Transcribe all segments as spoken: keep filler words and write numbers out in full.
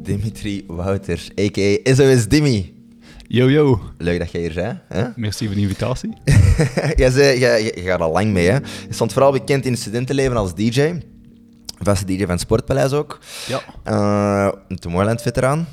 Dimitri Wouters, a k a. S O S Dimmy. Yo, yo. Leuk dat jij hier bent. Hè? Merci voor de invitatie. jij, zei, jij, jij gaat al lang mee, hè? Je stond vooral bekend in het studentenleven als D J. Vaste D J van Sportpaleis ook. Ja. Uh, een Tomorrowland-veteraan.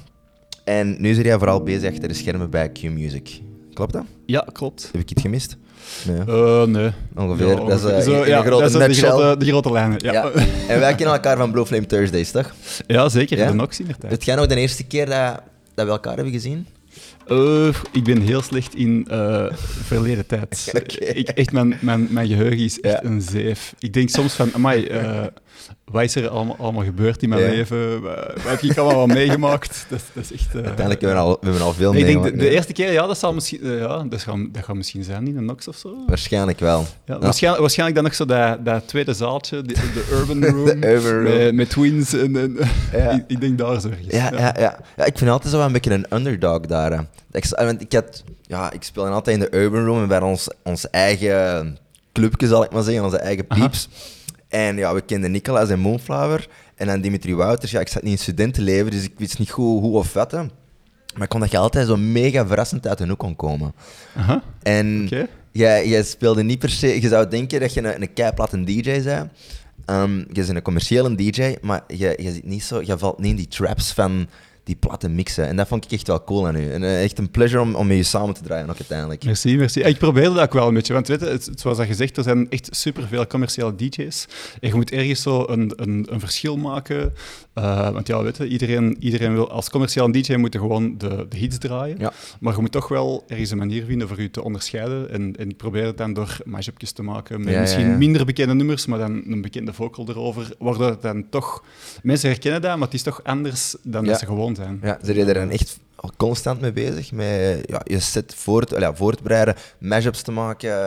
En nu zit jij vooral bezig achter de schermen bij Q-Music. Klopt dat? Ja, klopt. Heb ik iets gemist? Nee. Uh, nee. Ongeveer. Ja, dat is uh, zo, in, in ja, een grote dat is nutshell. de grote, de grote lijnen. Ja, ja. En wij kennen elkaar van Blue Flame Thursdays, toch? Ja, zeker. Ja? De Nox in de tijd. Weet jij nog de eerste keer dat, dat we elkaar hebben gezien? Uh, ik ben heel slecht in uh, verleden tijd. Okay. Ik, echt, mijn, mijn, mijn geheugen is echt Ja. een zeef. Ik denk soms van, amai, uh, wat is er allemaal, allemaal gebeurd in mijn Ja. leven? Wat, wat heb ik allemaal wel meegemaakt? Dat, dat is echt... Uh... Uiteindelijk hebben we al, we hebben al veel Nee, ik denk meegemaakt. de, de nee. eerste keer, ja, dat zal misschien, uh, ja, dat gaat, dat gaat misschien zijn in een Nox of zo. Waarschijnlijk wel. Ja, Ja. waarschijnlijk, waarschijnlijk dan nog zo dat, dat tweede zaaltje, de, de Urban Room, De Urban Room. Met, met Twins. En, en, Ja. ik, ik denk daar zo ergens. Ja, ja, ja. ja, ik vind altijd zo wel een beetje een underdog daar. Hè. Ik, want ik, had, ja, ik speelde altijd in de Urban Room en bij ons, ons eigen clubje, zal ik maar zeggen, onze eigen pieps. Aha. En ja, we kenden Nicolas en Moonflower en dan Dimitri Wouters. Ja, ik zat niet in studentenleven, dus ik wist niet goed hoe of wat. Hè. Maar ik kon dat je altijd zo mega verrassend uit de hoek kon komen. Aha. En okay. jij, jij speelde niet per se... Je zou denken dat je een, een keiplatte D J bent. Um, je bent een commerciële D J, maar je, je, zit niet zo, je valt niet in die traps van die platte mixen. En dat vond ik echt wel cool aan u. En uh, echt een pleasure om, om met je samen te draaien, ook uiteindelijk. Merci, merci. Ik probeerde dat ook wel een beetje, want weet je, het, zoals dat gezegd, er zijn echt superveel commerciële D J's. En je moet ergens zo een, een, een verschil maken. Uh, want ja, weet je, iedereen, iedereen wil... Als commerciële D J moet je gewoon de, de hits draaien. Ja. Maar je moet toch wel ergens een manier vinden voor je te onderscheiden. En, en ik probeer het dan door mashups te maken met ja, misschien ja, ja. minder bekende nummers, maar dan een bekende vocal erover. Waardoor het dan toch... Mensen herkennen dat, maar het is toch anders dan ja. dat ze gewoon zijn. Ja, ze zijn er dan echt al constant mee bezig, met ja, je set voort, ja, voortbreiden, mashups te maken.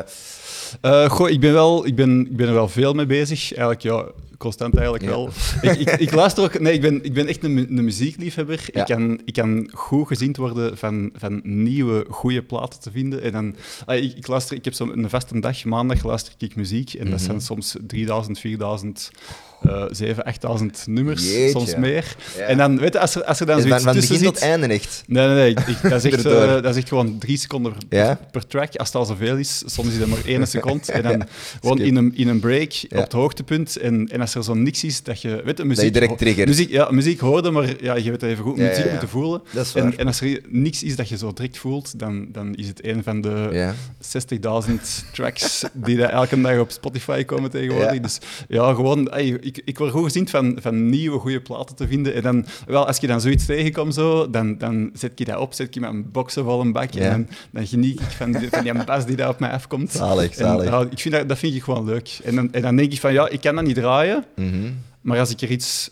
Uh, goh, ik ben, wel, ik, ben, ik ben er wel veel mee bezig. Eigenlijk, ja, constant eigenlijk ja. wel. ik, ik, ik luister ook... Nee, ik ben, ik ben echt een, een muziekliefhebber. Ja. Ik, kan, ik kan goed gezind worden van, van nieuwe, goede platen te vinden. En dan... Uh, ik, ik, luister, ik heb zo'n vaste dag, maandag luister ik muziek. En mm-hmm. dat zijn soms drieduizend, vierduizend... Uh, zevenduizend, achtduizend nummers, Jeetje. Soms meer. Ja. En dan, weet je, als er, als er dan zoiets van, van tussen begin zit... tot einde echt? Nee, nee, nee. Ik, dat, is echt, uh, dat is echt gewoon drie seconden per, ja? per track. Als het al zoveel is, soms is het maar één seconde. En dan ja, gewoon in een, in een break, ja. op het hoogtepunt. En, en als er zo niks is, dat je... Weet je, muziek, dat je direct triggert. Muziek, ja, muziek hoorde, maar ja, je weet even goed, ja, muziek ja, ja. moeten voelen. Dat is waar. En, en als er niks is dat je zo direct voelt, dan, dan is het een van de ja. zestigduizend tracks die dat elke dag op Spotify komen tegenwoordig. Ja. Dus ja, gewoon... Ay, ik, ik word goed gezien van, van nieuwe, goede platen te vinden. En dan, wel, als je dan zoiets tegenkomt, zo, dan, dan zet je dat op, zet je met een boxen vol een bak. Ja. En dan, dan geniet ik van die, van die bas die daar op mij afkomt. Zalig, zalig. En, ja, ik vind dat, dat vind ik gewoon leuk. En dan, en dan denk ik van, ja, ik kan dat niet draaien, mm-hmm. maar als ik er iets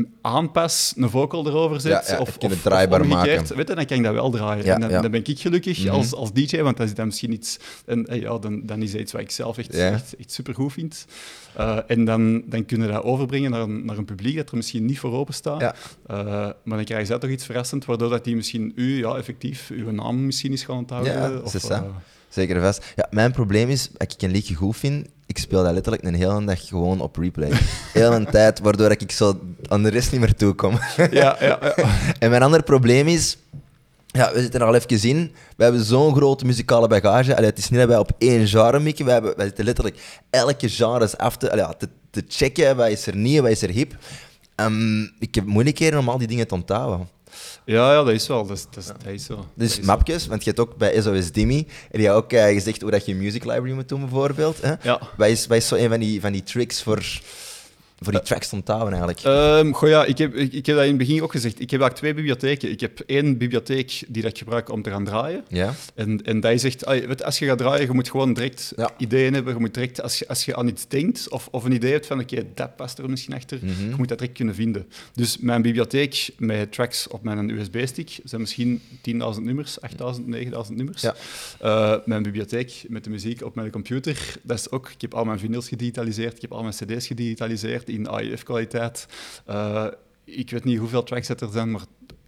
aanpas, een vocal erover zet, ja, ja, of, of, of, draaibaar of omgekeerd, maken. weet je, dan kan ik dat wel draaien. Ja, en dan, ja. dan ben ik gelukkig mm-hmm. als, als D J, want dat is dan misschien iets... En, ja, dan, dan is dat iets wat ik zelf echt, ja. echt, echt supergoed vind. Uh, en dan, dan kunnen we dat overbrengen naar een, naar een publiek dat er misschien niet voor open staat. Ja. Uh, maar dan krijg je dat toch iets verrassend, waardoor dat die misschien u, ja, effectief, uw naam misschien is gaan onthouden. Ja, of, is uh, zeker vast. Ja, mijn probleem is, als ik een liedje goed vind, ik speel dat letterlijk een hele dag gewoon op replay. Heel een tijd, waardoor ik zo aan de rest niet meer toe kom. ja, ja, ja. En mijn andere probleem is... Ja, we zitten er al even in. We hebben zo'n grote muzikale bagage. Allee, het is niet dat wij op één genre mikken. Wij, hebben, wij zitten letterlijk elke genre af te, allee, te, te checken. Wat is er nieuw, wat is er hip. Um, ik heb moeilijkheden om al die dingen te onthouden. Ja, ja, dat is wel. Dat is, dat is, dat is zo. Dus dat is mapjes, zo. Want je hebt ook bij S O S Dimmy en je hebt ook uh, gezegd hoe dat je een music library moet doen, bijvoorbeeld. Hè? Ja. Wat is, wat is zo een van die, van die tricks voor... Voor die tracks te onthouden, eigenlijk. Um, goh, ja, ik, heb, ik, ik heb dat in het begin ook gezegd. Ik heb eigenlijk twee bibliotheken. Ik heb één bibliotheek die dat ik gebruik om te gaan draaien. Ja. En, en dat zegt, als je gaat draaien, je moet gewoon direct ja. ideeën hebben. Je moet direct, als je, als je aan iets denkt of, of een idee hebt van, oké, okay, dat past er misschien achter, mm-hmm. je moet dat direct kunnen vinden. Dus mijn bibliotheek met tracks op mijn U S B-stick zijn misschien tienduizend nummers, achtduizend, negenduizend nummers. Ja. Uh, mijn bibliotheek met de muziek op mijn computer, dat is ook, ik heb al mijn vinyls gedigitaliseerd, ik heb al mijn cd's gedigitaliseerd in A I F-kwaliteit. Uh, ik weet niet hoeveel tracks er zijn, maar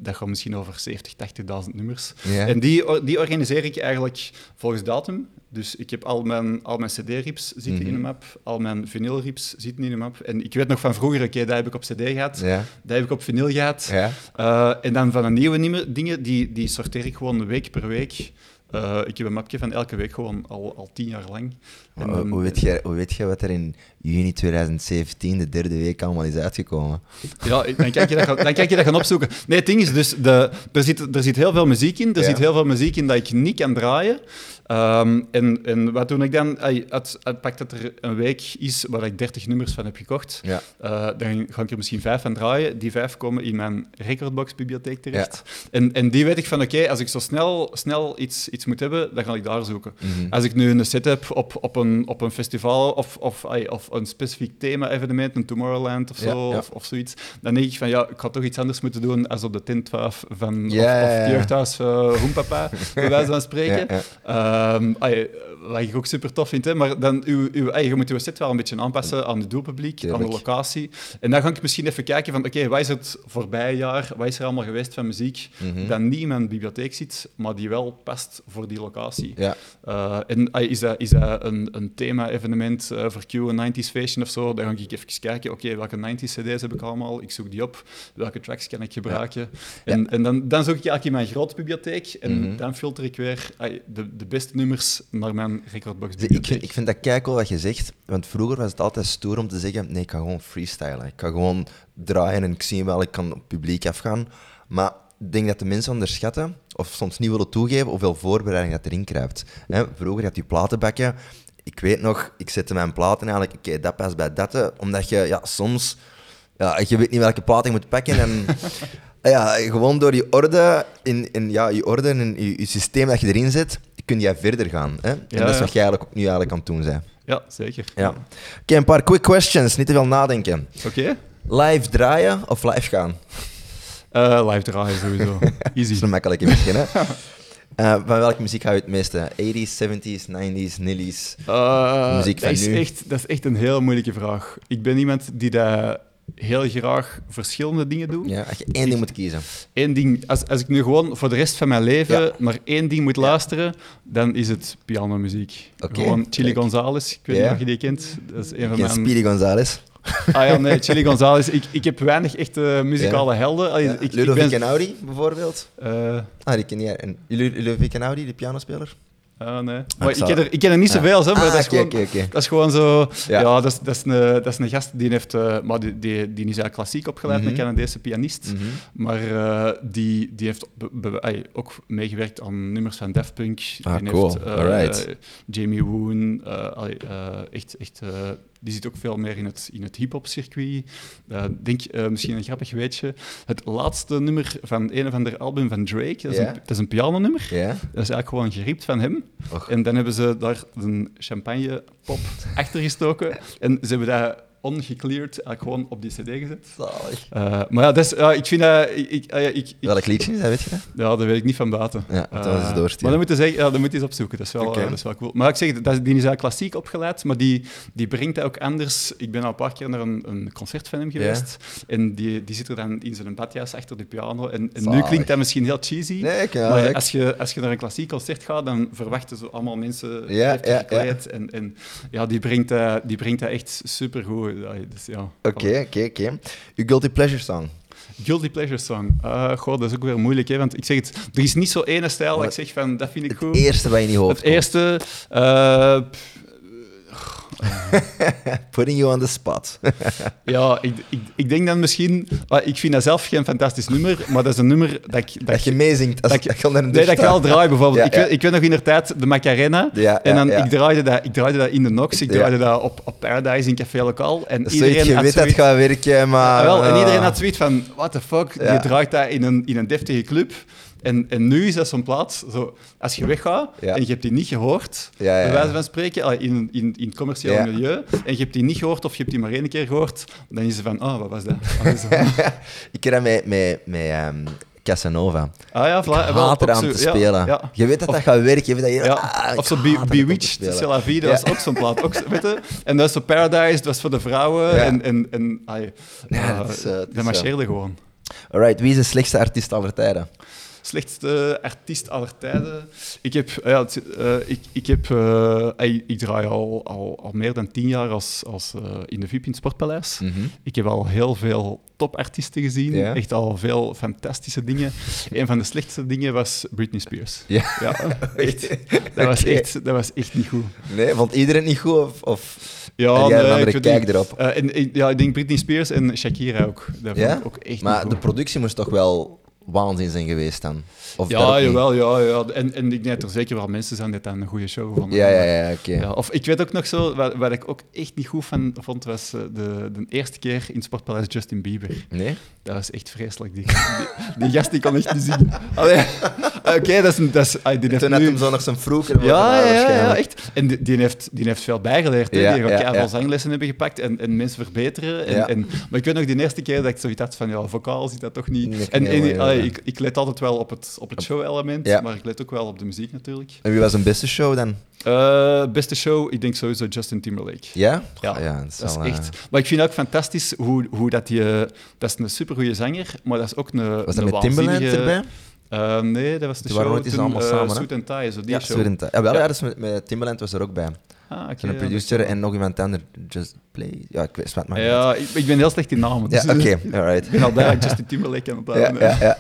dat gaat misschien over zeventig, tachtigduizend nummers. Ja. En die, die organiseer ik eigenlijk volgens datum. Dus ik heb al mijn, al mijn cd-rips zitten Mm-hmm. in een map, al mijn vinyl-rips zitten in een map. En ik weet nog van vroeger, oké, dat heb ik op cd gehad, Ja. dat heb ik op vinyl gehad. Ja. Uh, en dan van de nieuwe nimmer- dingen, die, die sorteer ik gewoon week per week. Uh, ik heb een mapje van elke week gewoon al, al tien jaar lang. En Hoe, dan- hoe, weet jij, hoe weet jij wat er in juni twintig zeventien, de derde week, allemaal is uitgekomen? Ja, dan kan je dat gaan, dan kan je dat gaan opzoeken. Nee, het ding is dus, de, er, zit, er zit heel veel muziek in. Er Ja. zit heel veel muziek in dat ik niet kan draaien. Um, en, en wat doe ik dan? Ay, uit, uit pak dat er een week is waar ik dertig nummers van heb gekocht. Ja. Uh, dan ga ik er misschien vijf van draaien. Die vijf komen in mijn recordbox-bibliotheek terecht. Ja. En, en die weet ik van, oké, okay, als ik zo snel, snel iets, iets moet hebben, dan ga ik daar zoeken. Mm-hmm. Als ik nu een set heb op, op, een, op een festival of, of, ay, of een specifiek thema-evenement, een Tomorrowland of zo, Ja, ja. Of, of zoiets, dan denk ik van, ja, ik ga toch iets anders moeten doen als op de tent twaalf van, Ja, of, ja, of ja. het jeugdhuis uh, Hoempapa, bij wijze van spreken. Ja, ja. Um, ay, wat ik ook super tof vind, hè, maar dan uw, uw, ay, je moet je set wel een beetje aanpassen aan het doelpubliek, Tuurlijk. aan de locatie. En dan ga ik misschien even kijken van, oké, okay, wat is het voorbije jaar, wat is er allemaal geweest van muziek Mhm. dat niet in mijn bibliotheek zit, maar die wel past voor die locatie. Ja. Uh, en ay, is dat, is dat een, een thema-evenement uh, voor Q, een nineties feestje of zo, dan ga ik even kijken, oké, okay, welke nineties cd's heb ik allemaal? Ik zoek die op. Welke tracks kan ik gebruiken? Ja. En, Ja. en dan, dan zoek ik eigenlijk in mijn grote bibliotheek en Mhm. dan filter ik weer ay, de, de beste nummers naar mijn recordbox Dus ik, vind, ik vind dat keicool wat je zegt, want vroeger was het altijd stoer om te zeggen, nee, ik ga gewoon freestylen. Ik ga gewoon draaien en ik zie wel, ik kan op het publiek afgaan. Maar ik denk dat de mensen onderschatten, of soms niet willen toegeven, hoeveel voorbereiding dat erin kruipt. Hè, vroeger had je platenbakken. Ik weet nog, ik zette mijn platen eigenlijk, oké, dat past bij dat, omdat je ja, soms, ja, je weet niet welke plaat je moet pakken en... Ja, gewoon door je orde, in, in, ja, je orde en je, je systeem dat je erin zet, kun je verder gaan. Hè? En Ja, dat is ja. wat je eigenlijk ook nu eigenlijk aan het doen bent. Ja, zeker. Ja. Oké, okay, een paar quick questions, niet te veel nadenken. Oké. Live draaien of live gaan? Uh, live draaien sowieso. Dat Easy. is een makkelijke misschien, hè? Uh, van welke muziek hou je het meeste? eighties, seventies, nineties, nillies? Uh, Muziek van dat, is nu? echt, dat is echt een heel moeilijke vraag. Ik ben iemand die dat heel graag verschillende dingen doet. Ja, als je één ding moet kiezen. Eén ding, als, als ik nu gewoon voor de rest van mijn leven Ja. naar één ding moet luisteren, dan is het pianomuziek. Oké, Gewoon Chili kijk. González, ik weet Ja. niet of je die kent. Dat is een van Geen mijn... Speedy Gonzales. Ah ja, nee, Chili González. Ik, ik heb weinig echte muzikale helden. Allee, Ja. ik, ik Ludovic ben... Einaudi, bijvoorbeeld. eh, Ah, die ken jij. En Ludovic Einaudi, de pianospeler? ah, nee. Maar ik, zou- ken er, ik ken er niet Ja. zoveel, hè, maar Ah, dat, is oké, gewoon, oké, oké. dat is gewoon zo... Ja. Ja, dat, is, dat, is een, dat is een gast die heeft... uh, maar die, die, die is eigenlijk klassiek opgeleid, Mhm. een Canadese pianist. Mhm. Maar uh, die, die heeft be, be, ay, ook meegewerkt aan nummers van Daft Punk. Ah, die cool. heeft, uh, Alright. uh, Jamie Woon, uh, allee, uh, echt... echt uh, die zit ook veel meer in het, in het hip-hop circuit. Uh, denk, uh, misschien een grappig weetje. Het laatste nummer van een of ander album van Drake, dat is, Ja. een, dat is een pianonummer. Ja? Dat is eigenlijk gewoon geript van hem. Och. En dan hebben ze daar een champagnepop achter gestoken. En ze hebben dat ongecleared eigenlijk gewoon op die cd gezet. Zalig. Uh, maar ja, dat is, ja, ik vind dat... Ik, ik, uh, ik, ik, Welk liedje is dat, weet je dat? ja, dat weet ik niet van buiten. Ja, dat Uh, was eens doorsturen. Maar dan moet je, zeggen, ja, dan moet je eens opzoeken. Dat is wel, Oké. uh, dat is wel cool. Maar ik zeg, dat, die is eigenlijk klassiek opgeleid, maar die, die brengt dat ook anders. Ik ben al een paar keer naar een, een concert van hem geweest. En die, die zit er dan in zijn badjas achter de piano. En, en nu Zalig. klinkt dat misschien heel cheesy. Nee, ik, ja, maar ik- als je, als je naar een klassiek concert gaat, dan verwachten ze allemaal mensen Ja, heftig ja, gekleed. En, en ja, die brengt, dat, die brengt dat echt supergoed. Ja, dus, ja, Oké, oké, oké. Uw guilty pleasure song? Guilty pleasure song. Uh, goh, dat is ook weer moeilijk, hè, want ik zeg het, er is niet zo ene stijl dat ik zeg van, dat vind ik Het goed. eerste wat je in je hoofd Het eerste... uh, pff, komt. Putting you on the spot. ja, ik, ik, ik denk dan misschien... ah, ik vind dat zelf geen fantastisch nummer, maar dat is een nummer dat ik... Dat Dat je ik- meezingt als dat dat ik- je onder een nee, dat ik wel draai, bijvoorbeeld. Ja, ik, ja. weet, ik weet nog in de tijd de Macarena. Ja, en dan, ja, ja. Ik, draaide dat, ik draaide dat in de Nox, ik Ja. draaide dat op, op Paradise in Café Lokaal. En Dat is zoiets, iedereen je had weet dat het zoiets- gaat werken, maar... Ah, wel, en iedereen ah. had zoiets van, what the fuck, Ja. je draait dat in een, in een deftige club. En, en nu is dat zo'n plaats, zo, als je weggaat Ja. en je hebt die niet gehoord, Ja, ja, bij wijze ja. van spreken, ah, in, in, in het commerciële Ja. milieu, en je hebt die niet gehoord of je hebt die maar één keer gehoord, dan is ze van, ah, wat was dat? Ah, is dat- Ik ken dat met, met, met ehm, Casanova. ah ja, Ik voilà. Wel, haat ook eraan zo- te ja, spelen. ja. Je weet dat Of- dat gaat werken. Je weet dat je... Ja, ah, ik of zo haat Be- het om te Bewitched, spelen. C'est la vie, dat Ja. was ook zo'n plaat. Ook, zo- weet je? En dat is zo Paradise, dat was voor de vrouwen. Ja. En, en, en ai, Ja, eh, dat is, eh, dat is, dat marcheerde gewoon. Alright, wie is de slechtste artiest aller tijden? Slechtste artiest aller tijden. Ik heb, ja, het, uh, ik, ik, heb uh, ik, ik draai al, al, al meer dan tien jaar als, als, uh, in de V I P in het Sportpaleis. Mm-hmm. Ik heb al heel veel topartiesten gezien. Ja. Echt al veel fantastische dingen. Een van de slechtste dingen was Britney Spears. Ja, ja echt. Dat was, okay. echt, dat was echt niet goed. Nee, vond iedereen niet goed? Of, of ja, heb jij nee, een andere ik kijk niet. erop? Uh, en, en, ja, ik denk Britney Spears en Shakira ook. Dat Ja? vond ik ook echt Maar niet de goed. productie moest toch wel waanzin zijn geweest dan? Of dat Ja, ook niet? jawel, ja, ja. En, en ik denk dat er zeker wel mensen zijn die dan een goede show vonden. Ja, ja, ja, oké. Okay. Ja, of ik weet ook nog zo, wat, wat ik ook echt niet goed van vond, was uh, de, de eerste keer in het Sportpaleis Justin Bieber. Nee? Dat was echt vreselijk. Die, die, die gast die kon echt niet zingen. Oké, okay, dat is... Dat is ah, die heeft Toen nu... had hem zo nog zijn vroeger. Ja, ja, ja, ja, waarschijnlijk. echt. En die, die, heeft, die heeft veel bijgeleerd. Hè. Ja, die heeft ook ja, veel ja. zanglessen hebben gepakt en, en mensen verbeteren. En, Ja. en, maar ik weet nog de eerste keer dat ik zoiets had van, ja, vocaal zit dat toch niet. Nee, en nee, en maar, ja. allee, ik, ik let altijd wel op het, op het show-element, Ja. maar ik let ook wel op de muziek natuurlijk. En wie was een beste show dan? Uh, beste show, ik denk sowieso Justin Timberlake. Ja? Ja, Oh, ja dat is, Dat is wel, uh, echt. Maar ik vind ook fantastisch hoe, hoe dat je... Dat is een supergoeie zanger, maar dat is ook een Was een dat met Timbaland waanzinnige- erbij? Uh, nee, dat was de Die waren show ooit eens toen, allemaal uh, samen, hè? Suit and Tie, zo die Ja, show. Student. Ja, wel, Ja. ja, dus met, met Timbaland was er ook bij. Ah, oké. Van een ja, producer dat is en nog iemand anders. Just Play. Ja, ik weet het maar. wel- Ja, ik, ik ben heel slecht in namen. Dus Ja, oké, alright. ik ben al blij dat ik Justin Timberlake aan het Ja, houden. ja, ja.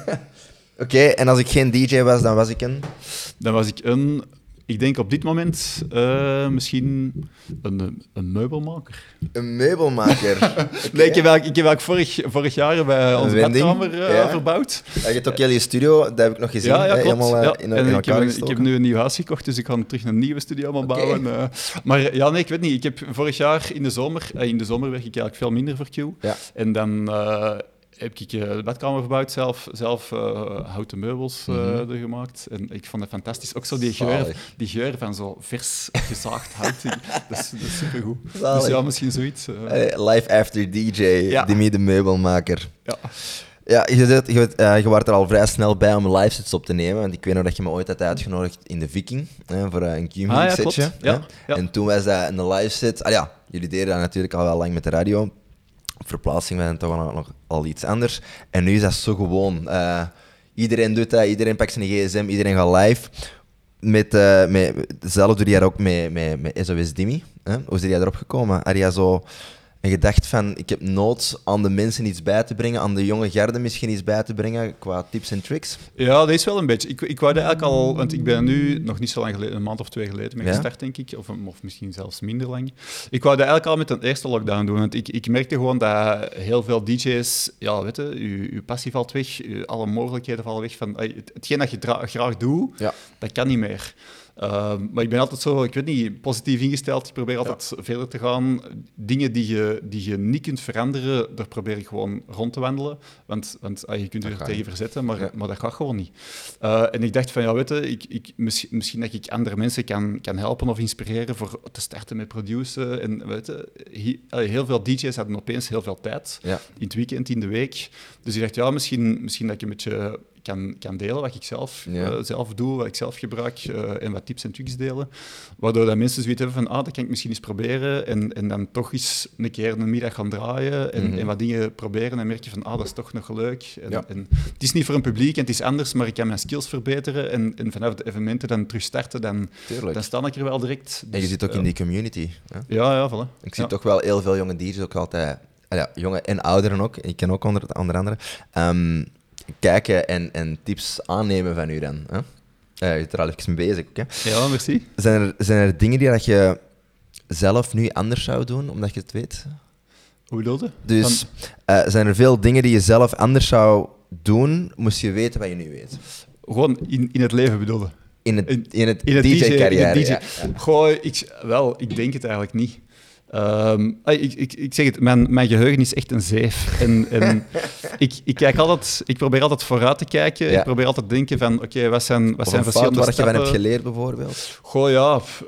Oké, en als ik geen D J was, dan was ik een... Dan was ik een... Ik denk op dit moment uh, misschien een, een meubelmaker. Een meubelmaker. Okay. Nee, ik heb eigenlijk, ik heb eigenlijk vorig, vorig jaar bij onze wending, badkamer uh, ja. verbouwd. Ja, je hebt ook heel je studio, dat heb ik nog gezien. Ja, ja, hè, klopt. helemaal uh, Ja. in, En in ik, heb elkaar een, gestoken. ik heb nu een nieuw huis gekocht, dus ik ga terug een nieuwe studio gaan Oké. bouwen. Uh, maar ja, nee, ik weet niet. Ik heb vorig jaar in de zomer... Uh, in de zomer werk ik eigenlijk veel minder voor Q. Ja. En dan... Uh, heb ik uh, de badkamer verbouwd, zelf, zelf uh, houten meubels uh, Mhm. er gemaakt. En ik vond het fantastisch. Ook zo die geur, Zalig. die geur van zo vers gezaagd hout. dat, is, dat is supergoed. Zalig. Dus ja, misschien zoiets. Uh, Uh, live after D J, Ja. Demi de meubelmaker. ja. Ja, je, zit, je, uh, je was er al vrij snel bij om live sets op te nemen. Want ik weet nog dat je me ooit had uitgenodigd in de Viking hè, voor uh, een Q-music Ah, ja, setje. klopt. Ja, hè. ja. En toen was dat een live set. Ah ja, jullie deden dat natuurlijk al wel lang met de radio. Verplaatsing was dan toch wel nog al iets anders. En nu is dat zo gewoon. Uh, iedereen doet dat, iedereen pakt zijn gsm, iedereen gaat live. Met, uh, met, zelf doe je dat ook met, met, met S O S Dimi. Hè? Hoe is jij erop gekomen? Had jij zo een gedachte van, ik heb nood aan de mensen iets bij te brengen, aan de jonge garde misschien iets bij te brengen, qua tips en tricks? Ja, dat is wel een beetje. Ik, ik wou dat eigenlijk al, want ik ben nu nog niet zo lang geleden, een maand of twee geleden ben Ja? gestart, denk ik, of, of misschien zelfs minder lang. Ik wou dat eigenlijk al met een eerste lockdown doen, want ik, ik merkte gewoon dat heel veel D J's, ja, weet je, je, je passie valt weg, je- alle mogelijkheden vallen weg van, ey, het, hetgeen dat je dra- graag doet, Ja. dat kan niet meer. Uh, maar ik ben altijd zo, ik weet niet, positief ingesteld. Ik probeer altijd verder te gaan. Dingen die je, die je niet kunt veranderen, daar probeer ik gewoon rond te wandelen. Want, want ah, je kunt je Dat er gaat tegen verzetten, maar, Ja. maar dat gaat gewoon niet. Uh, en ik dacht van, ja, weet je, ik, ik, misschien, misschien dat ik andere mensen kan, kan helpen of inspireren voor te starten met produceren. En weet je, he- allee, heel veel D J's hadden opeens heel veel tijd. Ja. In het weekend, in de week. Dus ik dacht, ja, misschien, misschien dat ik een beetje kan, kan delen wat ik zelf, Ja. eh, zelf doe, wat ik zelf gebruik eh, en wat tips en trucs delen. Waardoor dat mensen zoiets hebben van, ah, dat kan ik misschien eens proberen en, en dan toch eens een keer een middag gaan draaien en, Mhm. en wat dingen proberen en merk je van, ah, dat is toch nog leuk. En, Ja. en het is niet voor een publiek en het is anders, maar ik kan mijn skills verbeteren en, en vanaf de evenementen dan terug starten, dan, Tuurlijk. dan sta ik er wel direct. En je Dus, zit ook eh, in die community. Hè? Ja, ja, voilà. Ik zie Ja. toch wel heel veel jonge D J's ook altijd, ah ja, jonge en ouderen ook, ik ken ook onder, onder andere, ehm, kijken en, en tips aannemen van u dan. Hè? Uh, je bent er al even mee bezig. Okay? Ja, merci. Zijn, er, zijn er dingen die dat je zelf nu anders zou doen, omdat je het weet? Hoe bedoel je? Dus uh, zijn er veel dingen die je zelf anders zou doen, moest je weten wat je nu weet? Gewoon in, in het leven bedoel je? In het, In- in het, in het D J-carrière. D J. Ja. Goh, ik, wel, ik denk het eigenlijk niet. Ehm, ah, ik, ik, ik zeg het, mijn, mijn geheugen is echt een zeef. En, en ik, ik, kijk altijd, ik probeer altijd vooruit te kijken. Ja. Ik probeer altijd te denken van, oké, okay, wat zijn, wat Of zijn een fout verschillende waar je van stappen? hebt geleerd, bijvoorbeeld? Goh, ja... pff,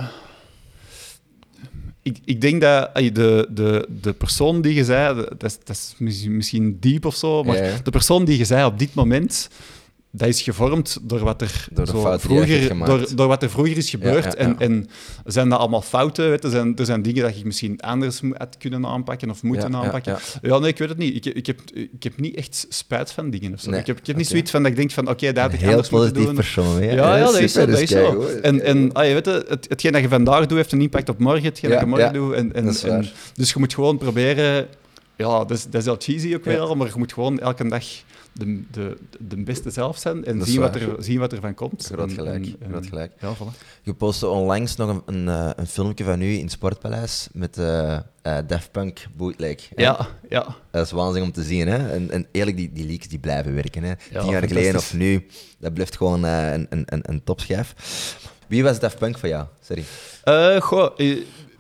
Ik, ik denk dat ay, de, de, de persoon die je zei, dat is, dat is misschien- misschien diep of zo, maar Ja, ja. de persoon die je zei op dit moment, dat is gevormd door wat er, Door de zo fouten die je hebt vroeger, gemaakt. door, door wat er vroeger is gebeurd. Ja, ja, ja. En, en zijn dat allemaal fouten? Weet je? Er, zijn, er zijn dingen dat ik misschien anders mo- had kunnen aanpakken of moeten Ja, ja, aanpakken. Ja, ja. nee, ik weet het niet. Ik, ik, heb, ik heb niet echt spijt van dingen of zo. Nee, Ik heb, ik heb niet oké. zoiets van dat ik denk van, oké, dat had ik Heel anders moeten positief doen. persoon. hè? Ja, ja, dat is zo. Super, Dat is kijk, zo. hoor. En, en ah, je weet het, het, hetgeen dat je vandaag doet, heeft een impact op morgen. Hetgeen Ja, dat je morgen ja. doet. En, en, Dat is en, waar. dus je moet gewoon proberen... Ja, dat is, dat is heel cheesy ook weer Ja. al, maar je moet gewoon elke dag de, de, de beste zelf zijn en Dat is zien wat, waar. er, zien wat er van komt. Groot En- gelijk, en- en- groot gelijk. Ja, voilà. Je postte onlangs nog een, een, eh, een filmpje van u in het Sportpaleis met eh eh Daft Punk bootleg. hè? Ja, ja. Dat is waanzinnig om te zien. Hè? En, en eerlijk, die, die leaks die blijven werken. Hè? Tien jaar fantastisch. geleden of nu, dat blijft gewoon eh, een, een, een, een topschijf. Wie was Daft Punk voor jou? Sorry. Eh, goh, eh,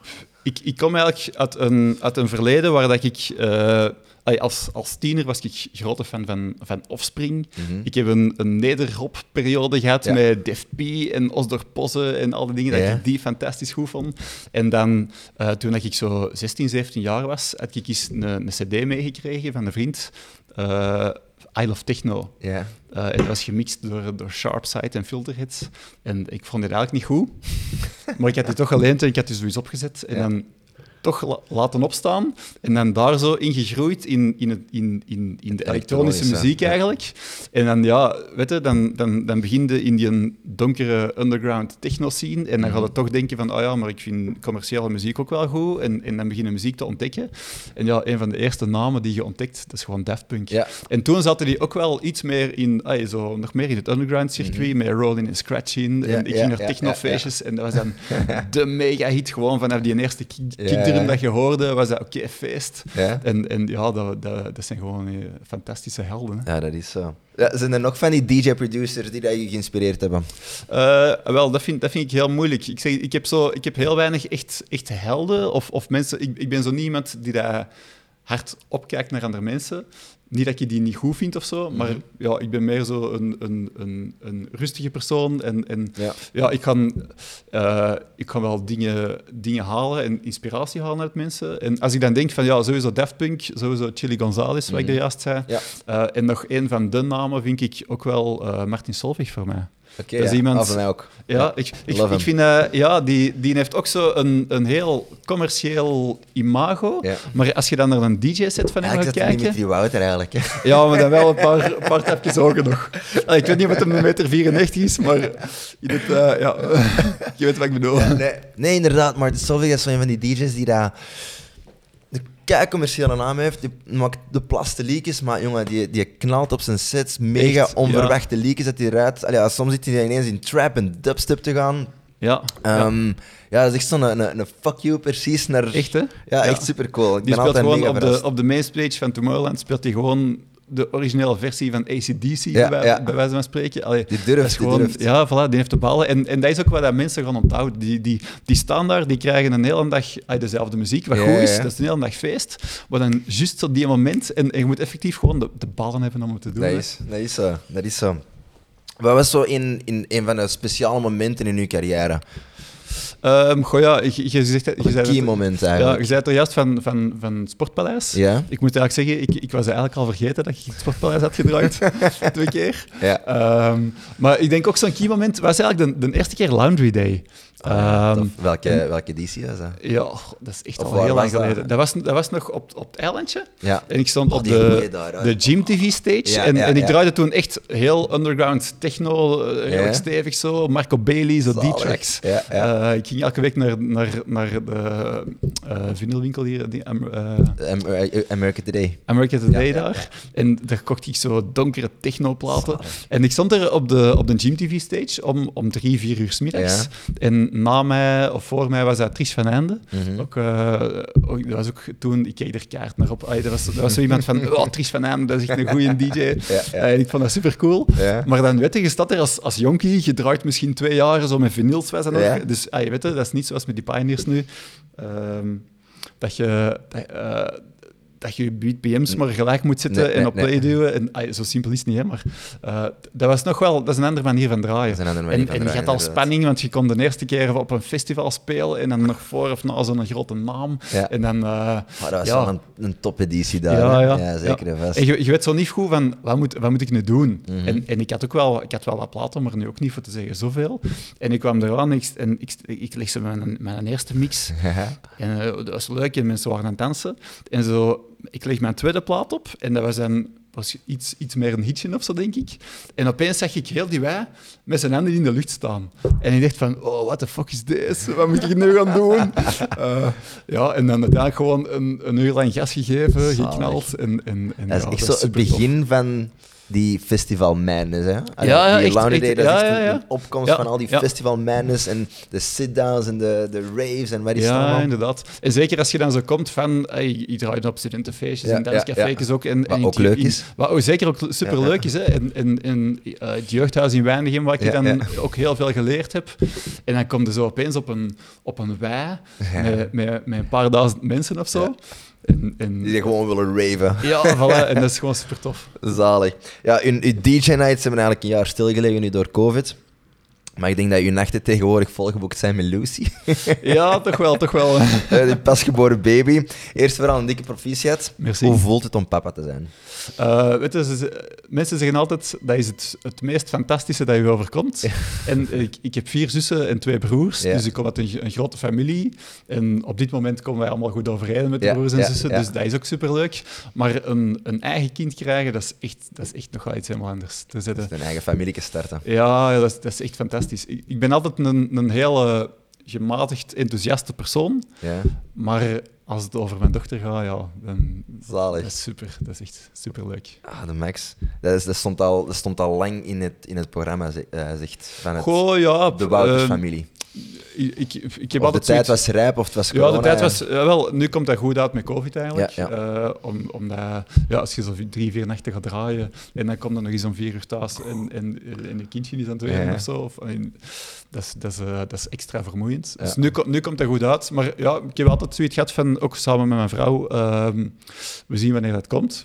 ik, ik kom eigenlijk uit een, uit een verleden waar dat ik... eh, allee, als, als tiener was ik grote fan van, van Offspring. Mhm. Ik heb een, een nederhop-periode gehad Ja. met Def P en Osdorp Posse en al die dingen, dat Ja. ik die fantastisch goed vond. En dan, eh, toen ik zo zestien, zeventien jaar was, had ik eens een, een cd meegekregen van een vriend. eh I Love Techno. Ja. Uh, en dat was gemixt door, door Sharpside en Filterheads. En ik vond het eigenlijk niet goed. Maar ik had die toch geleend en ik had die zoiets opgezet. En Ja. dan toch la- laten opstaan. En dan daar zo ingegroeid in, in, het, in, in, in de elektronische elektronische, muziek ja. eigenlijk. En dan, ja, weet je, dan, dan, dan begin je in die donkere underground techno-scene. En dan ga je toch denken van, oh ja, maar ik vind commerciële muziek ook wel goed. En, en dan begin je muziek te ontdekken. En ja, een van de eerste namen die je ontdekt, dat is gewoon Daft Punk. Ja. En toen zaten die ook wel iets meer in, ay, zo, nog meer in het underground circuit, met rolling en scratching. Ja, en ik ja, ging naar ja, technofeestjes en dat was dan de mega-hit gewoon vanaf die eerste ki- Ja, kickdrum ja. dat je hoorde, was dat oké, feest. Ja. En, en ja, dat, dat, dat zijn gewoon eh, fantastische helden. Hè. Ja, dat is zo. Ja, zijn er nog van die D J-producers die dat je geïnspireerd hebben? Eh, wel, dat vind, dat vind ik heel moeilijk. Ik, zeg, ik, heb, zo, ik heb heel weinig echt, echt helden of, of mensen... Ik, ik ben zo niet iemand die daar hard opkijkt naar andere mensen. Niet dat je die niet goed vindt of zo, maar Mhm. ja, ik ben meer zo een, een, een, een rustige persoon. En, en Ja. ja, ik kan, eh, ik kan wel dingen, dingen halen en inspiratie halen uit mensen. En als ik dan denk van, ja, sowieso Daft Punk, sowieso Chili Gonzalez, wat ik Mhm. er juist zei. Ja. Eh, en nog een van de namen vind ik ook wel eh, Martin Solveig voor mij. Oké, Dat is ja. iemand- Ah, voor mij ook. Ja, ik, ik, love ik him. vind, eh, ja, die, die heeft ook zo een, een heel commercieel imago. Ja. Maar als je dan naar een D J-set van hem gaat Eigenlijk zat hij kijken... Dimitri Wouter eigenlijk. Hè. Ja, maar dan wel een paar, een paar tapjes hoger nog. Allee, ik weet niet wat hem een meter vierennegentig is, maar in het, eh, ja, je weet wat ik bedoel. Nee, nee, inderdaad, maar het is zo is een van die D J's die daar de kei commerciële naam heeft. Die maakt de plaste leakjes, maar jongen, die, die knalt op zijn sets mega Echt, onverwachte leakjes dat hij eruit... Allee, ja, soms zit hij ineens in trap en dubstep te gaan. Ja, ja. Ehm, ja. dat is echt zo'n een, een, een fuck you precies naar... Echt, hè? Ja, echt super cool. Ik Die ben speelt altijd gewoon mega op de, verrast. op de mainstage van Tomorrowland speelt hij gewoon de originele versie van A C D C, Ja, bij, ja. bij wijze van spreken. Allee, Die durft, dat is die gewoon, durft. Ja, voilà, die heeft de ballen. En, en dat is ook wat dat mensen gaan onthouden. Die, die, die staan daar, die krijgen een hele dag ay, dezelfde muziek, wat Ja, goed is. ja. Dat is een hele dag feest. Maar dan juist op die moment, en, en je moet effectief gewoon de, de ballen hebben om het te doen. Dat hè. is, dat is zo. Dat is zo. Wat was zo in, in een van de speciale momenten in uw carrière? Ehm, goh, ja, je, je, zegt, je, Een zei key het- moment ja, eigenlijk. je zei het er juist van, van, van Sportpaleis. Ja? Ik moet eigenlijk zeggen, ik, ik was eigenlijk al vergeten dat ik het Sportpaleis had gedraaid. Twee keer. Ja. Ehm, maar ik denk ook zo'n key moment was eigenlijk de, de eerste keer Laundry Day. Ah, ja, Ehm, tof. welke, welke editie was dat? ja, dat is echt Of al waar heel lang was dat? geleden. Dat was, dat was nog op, op het eilandje. Ja. En ik stond Oh, op die de, goeie daar, hè. de Gym T V stage. Ja, en, ja, en ik ja. draaide toen echt heel underground techno, eh, redelijk Ja. stevig zo. Marco Bailey, zo Zalig. D-tracks. Ja, ja. Eh, ik ging elke week naar, naar, naar de uh, vinylwinkel hier, die, um, uh, Am- eh, America Today. America Today Ja, ja, daar. En daar kocht ik zo donkere technoplaten. En ik stond er op de, op de Gym T V stage om, om drie, vier uur 's middags. En na mij, of voor mij, was dat Tris van Einde. Mhm. Ook, uh, ook, dat was ook toen, ik keek er kaart naar op. Allee, dat, was, dat was zo iemand van, oh, Tris van Einde, dat is echt een goede D J. Ja, ja. Uh, en ik vond dat super cool. Ja. Maar dan weet je, je staat er als, als jonkie, je draait misschien twee jaar zo met vinyls, was dat nog. Ja. Dus ah, je weet het, dat is niet zoals met die Pioneers nu. Ehm, dat je... Dat, uh, dat je je B P M's maar gelijk moet zetten Nee, nee, en op play nee. duwen. En, ay, zo simpel is het niet, hè, maar uh, dat was nog wel... Dat is een andere manier van draaien. Dat is een andere manier en van en je draaien, had al inderdaad. spanning, want je kon de eerste keer op een festival spelen en dan nog voor of na zo'n grote naam. Ja. En dan... Uh, Oh, dat was ja. wel een, een topeditie daar. Ja, hè? ja. ja zeker Ja. en vast. En je, je weet zo niet goed van, wat moet, wat moet ik nu doen? Mhm. En, en ik had ook wel, ik had wel wat platen, maar nu ook niet voor te zeggen zoveel. En ik kwam eraan en ik, en ik, ik leg ze mijn, mijn eerste mix. En uh, dat was leuk en mensen waren aan het dansen. En zo, ik leg mijn tweede plaat op en dat was een... was iets, iets meer een hitje of zo, denk ik. En opeens zag ik heel die wij met zijn handen in de lucht staan. En ik dacht van, oh, what the fuck is deze? Wat moet ik nu gaan doen? Uh, ja, en dan uiteindelijk gewoon een, een uur lang gas gegeven, Zalig. geknald. En, en, en, Dat is ja, echt dat zo het begin van die festival madness, hè? Allee, Ja, ja, die echt, Laundry echt, Day, dat is ja, echt ja, een- ja. een opkomst Ja, van al die ja. festival madness en de sit-downs en de, de raves en wat is het Ja, allemaal. inderdaad. En zeker als je dan zo komt van... Hey, je draait op studentenfeestjes Ja, en danscafés ja, ook. En, Wat en ook in- leuk in- is. Wat ook zeker ook superleuk is. Hè. En, en, en uh, het jeugdhuis in Wijnegem, waar ik Ja, dan ja. ook heel veel geleerd heb. En dan kom je zo opeens op een, op een wei Ja. met, met, met een paar duizend mensen of zo. Ja. En, en, Die gewoon willen raven. ja, voilà. En dat is gewoon super tof. Zalig. Ja, uw, uw D J-nights hebben eigenlijk een jaar stilgelegen nu door COVID. Maar ik denk dat uw nachten tegenwoordig volgeboekt zijn met Lucy. Ja, toch wel, toch wel. Eh, die pasgeboren baby. Eerst vooral een dikke proficiat. Merci. Hoe voelt het om papa te zijn? Uh, weet je, ze- mensen zeggen altijd, dat is het, het meest fantastische dat je overkomt. En ik, ik heb vier zussen en twee broers, Ja. dus ik kom uit een, een grote familie. En op dit moment komen wij allemaal goed overeen met de Ja, broers en ja, zussen, ja. dus dat is ook superleuk. Maar een, een eigen kind krijgen, dat is echt, dat is echt nog wel iets helemaal anders. Dus, dat, Een eigen familie starten. ja, ja, dat is, dat is echt fantastisch. Ik, ik ben altijd een, een hele gematigd enthousiaste persoon, Ja, maar als het over mijn dochter gaat, ja, dan... zalig. Dat is super, dat is echt superleuk. Ah, de Max. Dat, is, dat, stond al, dat stond al lang in het, in het programma, ze- eh, zegt, van het, Goh, ja. de Wouters-familie. Ik, ik, ik heb Of de altijd tijd zoiets- was rijp of het was Ja, corona. de tijd was... ja, wel, nu komt dat goed uit met COVID eigenlijk. Ja, Eh, om, omdat, ja, als je zo drie, vier nachten gaat draaien en dan komt er nog eens om vier uur thuis en, en, en een kindje is aan het wenen Ja. of zo. Of, en, dat, is, dat, is, eh, dat is extra vermoeiend. Ja. Dus nu, ko- nu komt dat goed uit. Maar ja, ik heb altijd zoiets gehad van, ook samen met mijn vrouw, ehm, we zien wanneer dat komt.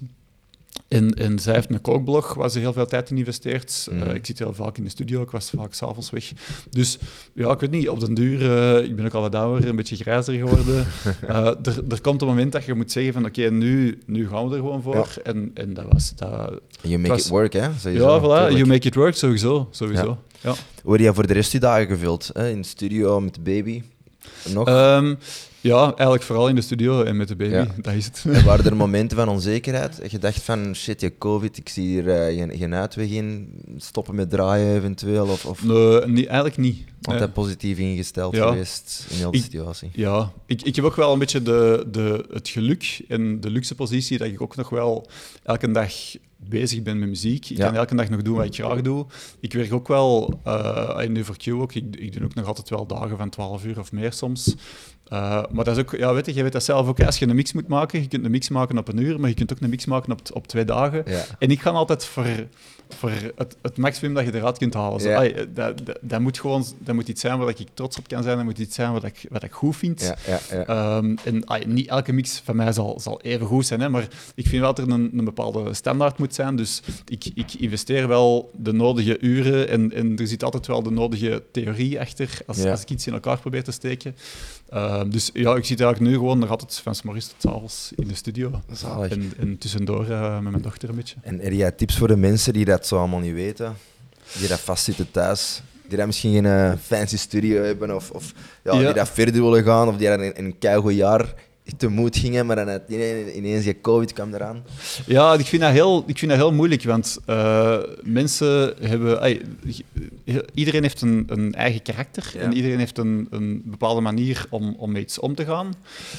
En, en zij heeft een kookblog waar ze heel veel tijd in investeert. Mhm. Uh, ik zit heel vaak in de studio, ik was vaak s'avonds weg. Dus ja, ik weet niet, op den duur, uh, ik ben ook al wat ouder, een beetje grijzer geworden. Uh, er, er komt een moment dat je moet zeggen van oké, okay, nu, nu gaan we er gewoon voor. Ja. En, en dat was... Dat, You make was- it work, hè? Sowieso, ja, voilà, tuurlijk. you make it work, sowieso. sowieso. Ja. Ja. Hoe heb je voor de rest je dagen gevuld? Hè? In de studio met de baby? Nog? Um, ja, eigenlijk vooral in de studio en met de baby, Ja. dat is het. En waren er momenten van onzekerheid? Dat je dacht van, shit, je COVID, ik zie hier uh, geen, geen uitweg in. Stoppen met draaien eventueel? Of, of Nee, niet, eigenlijk niet. altijd Eh, positief ingesteld ja. geweest in heel de Ik- situatie? Ja, ik, ik heb ook wel een beetje de, de, het geluk en de luxe positie dat ik ook nog wel elke dag bezig ben met muziek. Ik Ja. kan elke dag nog doen wat ik graag doe. Ik werk ook wel, uh, en nu voor Q ook, ik, ik doe ook nog altijd wel dagen van twaalf uur of meer soms. Uh, maar dat is ook, ja, weet je, je weet dat zelf ook, als je een mix moet maken, je kunt een mix maken op een uur, maar je kunt ook een mix maken op, op twee dagen. Ja. En ik ga altijd voor, voor het, het maximum dat je eruit kunt halen. Zo, Ja. ai, dat, dat, dat moet gewoon dat moet iets zijn waar ik trots op kan zijn, dat moet iets zijn wat ik, wat ik goed vind. Ja, ja, ja. Um, en ai, niet elke mix van mij zal, zal even goed zijn, hè, maar ik vind wel dat er een, een bepaalde standaard moet zijn. Dus ik, ik investeer wel de nodige uren en, en er zit altijd wel de nodige theorie achter als, Ja. als ik iets in elkaar probeer te steken. Um, dus ja, ik zit eigenlijk nu gewoon nog altijd van 's morgens tot 's avonds in de studio. Zalig. En, en tussendoor uh, met mijn dochter een beetje. En heb jij tips voor de mensen die dat zo allemaal niet weten? Die dat vastzitten thuis? Die dat misschien geen uh, fancy studio hebben? Of, of ja, Ja. die dat verder willen gaan? Of die dat in, in een keigoed jaar tegemoet gingen, maar dan het- ineens, ineens die COVID kwam eraan? Ja, ik vind dat heel, ik vind dat heel moeilijk, want uh, mensen hebben... ai, iedereen heeft een, een eigen karakter Ja. en iedereen heeft een, een bepaalde manier om, om met iets om te gaan.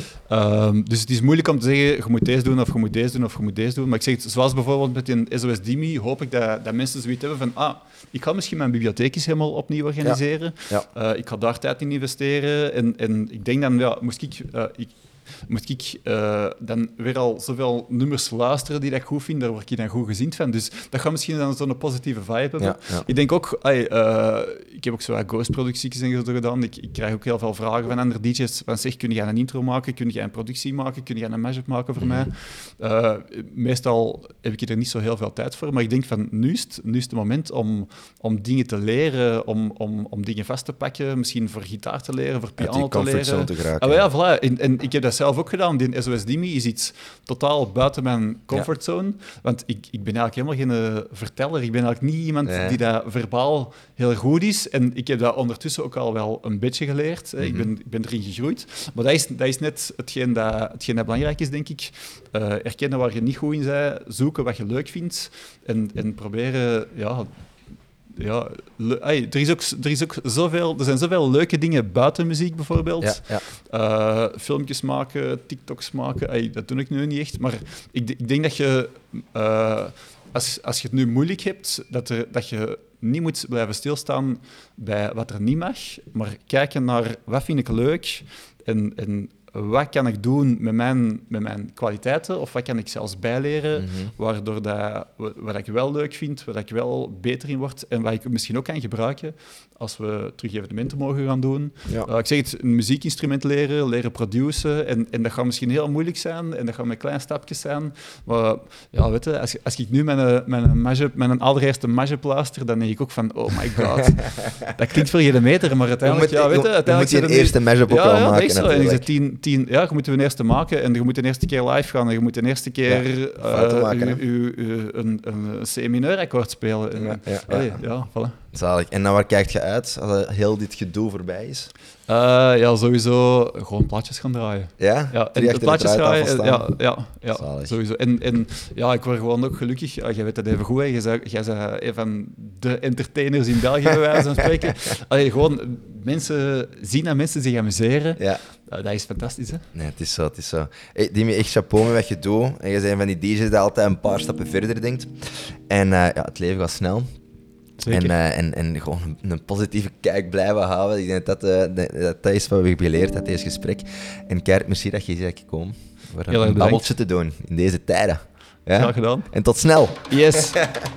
Um, dus het is moeilijk om te zeggen, je moet deze doen, of je moet deze doen, of je moet deze doen. Maar ik zeg het, zoals bijvoorbeeld met een S O S Dimi, hoop ik dat, dat mensen zoiets hebben van ah, ik ga misschien mijn bibliotheek eens helemaal opnieuw organiseren. Ja. Uh, ik ga daar tijd in investeren. En, en ik denk dan, ja, moest ik... Uh, ik moet ik uh, dan weer al zoveel nummers luisteren die dat ik goed vind, daar word ik dan goed gezind van. Dus dat gaat misschien dan zo'n positieve vibe hebben. Ja, ja. Ik denk ook, ay, uh, ik heb ook zo wat ghost-producties en zo gedaan. Ik, ik krijg ook heel veel vragen van andere D J's. Van zeg, kun jij een intro maken? Kun jij een productie maken? Kun jij een mashup maken voor mm-hmm. mij? Uh, meestal heb ik er niet zo heel veel tijd voor, maar ik denk van nu is het, nu is het moment om, om dingen te leren, om, om, om dingen vast te pakken, misschien voor gitaar te leren, voor piano te leren. Te geraken. Ah, ja, voilà. En, en ik heb dat zelf ook gedaan. Die S O S Dimi is iets totaal buiten mijn comfortzone. Ja. Want ik, ik ben eigenlijk helemaal geen uh, verteller. Ik ben eigenlijk niet iemand ja. die dat verbaal heel goed is. En ik heb dat ondertussen ook al wel een beetje geleerd. Mm-hmm. Ik, ben, ik ben erin gegroeid. Maar dat is, dat is net hetgeen dat, hetgeen dat belangrijk is, denk ik. Uh, erkennen waar je niet goed in bent, zoeken wat je leuk vindt en, en proberen... Ja, Ja, le- ay, er, is ook, er, is ook zoveel, er zijn zoveel leuke dingen buiten muziek, bijvoorbeeld. Ja, ja. Uh, filmpjes maken, TikToks maken, ay, dat doe ik nu niet echt. Maar ik, ik denk dat je, uh, als, als je het nu moeilijk hebt, dat, er, dat je niet moet blijven stilstaan bij wat er niet mag, maar kijken naar wat vind ik leuk en, en wat kan ik doen met mijn, met mijn kwaliteiten, of wat kan ik zelfs bijleren, mm-hmm. waardoor dat, wat ik wel leuk vind, wat ik wel beter in word, en wat ik misschien ook kan gebruiken als we terug evenementen mogen gaan doen. Ja. Uh, ik zeg het, een muziekinstrument leren, leren produceren, en, en dat gaat misschien heel moeilijk zijn, en dat gaat met kleine stapjes zijn, maar ja, weet je, als, als ik nu mijn, mijn, mashup, mijn allereerste mashup luister, dan denk ik ook van, oh my god, dat klinkt voor geen meter, maar uiteindelijk... Je moet, ja, weet je, uiteindelijk je moet je eerste mashup ook ja, wel ja, maken, zo, en je tien, tien, ja, je moet een eerste maken, en je moet de eerste keer live gaan, en je moet de eerste keer ja, uh, maken, u, u, u, een, een C-mineur akkoord spelen. En, ja, ja, allee, ja. ja voilà. Zalig. En naar waar kijk je uit als heel dit gedoe voorbij is? Uh, ja, sowieso gewoon plaatjes gaan draaien. Ja? Ja, en de plaatjes draaien, ja, ja, ja sowieso. En, en ja, ik word gewoon ook gelukkig, ja, jij weet dat even goed, hè. Jij bent, jij bent een van de entertainers in België, bij wijze van spreken. Allee, gewoon mensen zien dat mensen zich amuseren. Ja. Uh, dat is fantastisch, hè? Nee, het is zo, het is zo. Hey, Dimi, echt chapeau met wat je doet. En je bent van die D J's die altijd een paar stappen verder denkt. En uh, ja, het leven gaat snel. En, uh, en, en gewoon een, een positieve kijk blijven houden. Ik denk dat dat, uh, dat dat is wat we hebben geleerd uit deze gesprek. En keihard merci dat je hier bent gekomen. Voor een, een babbeltje te doen in deze tijden. Ja? Graag gedaan. En tot snel. Yes.